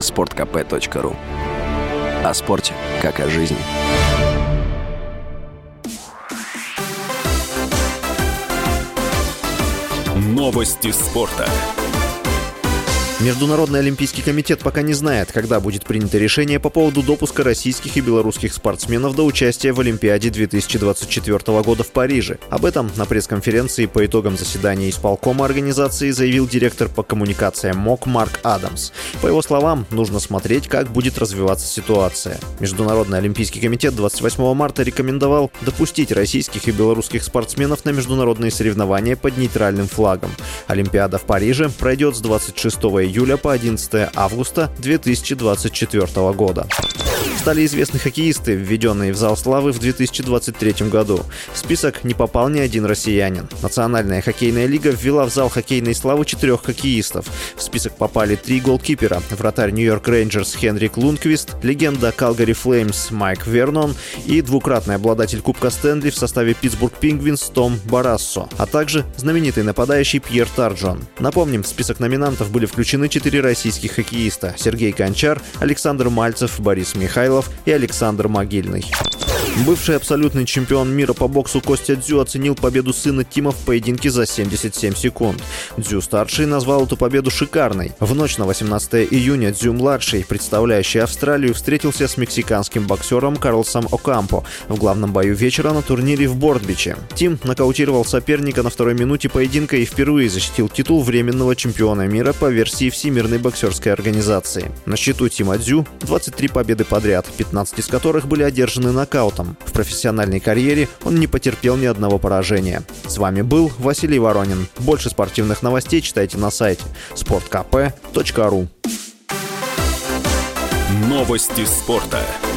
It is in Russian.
sportkp.ru. О спорте, как о жизни. Новости спорта. Международный олимпийский комитет пока не знает, когда будет принято решение по поводу допуска российских и белорусских спортсменов до участия в Олимпиаде 2024 года в Париже. Об этом на пресс-конференции по итогам заседания исполкома организации заявил директор по коммуникациям МОК Марк Адамс. По его словам, нужно смотреть, как будет развиваться ситуация. Международный олимпийский комитет 28 марта рекомендовал допустить российских и белорусских спортсменов на международные соревнования под нейтральным флагом. Олимпиада в Париже пройдет с 26 июля по 11 августа 2024 года. Стали известны хоккеисты, введенные в зал славы в 2023 году. В список не попал ни один россиянин. Национальная хоккейная лига ввела в зал хоккейной славы 4 хоккеистов. В список попали 3 голкипера: вратарь Нью-Йорк Рейнджерс Хенрик Лундквист, легенда Калгари Флеймс Майк Вернон и двукратный обладатель Кубка Стэнли в составе Питтсбург Пингвинс Том Барассо, а также знаменитый нападающий Пьер Тарджон. Напомним, в список номинантов были включены 4 российских хоккеиста: Сергей Гончар, Александр Мальцев, Борис Михайлов и Александр Могильный. Бывший абсолютный чемпион мира по боксу Костя Дзю оценил победу сына Тима в поединке за 77 секунд. Дзю-старший назвал эту победу шикарной. В ночь на 18 июня Дзю-младший, представляющий Австралию, встретился с мексиканским боксером Карлосом Окампо в главном бою вечера на турнире в Бортбиче. Тим нокаутировал соперника на второй минуте поединка и впервые защитил титул временного чемпиона мира по версии Всемирной боксерской организации. На счету Тима Дзю 23 победы подряд, 15 из которых были одержаны нокаутом. В профессиональной карьере он не потерпел ни одного поражения. С вами был Василий Воронин. Больше спортивных новостей читайте на сайте sportkp.ru. Новости спорта.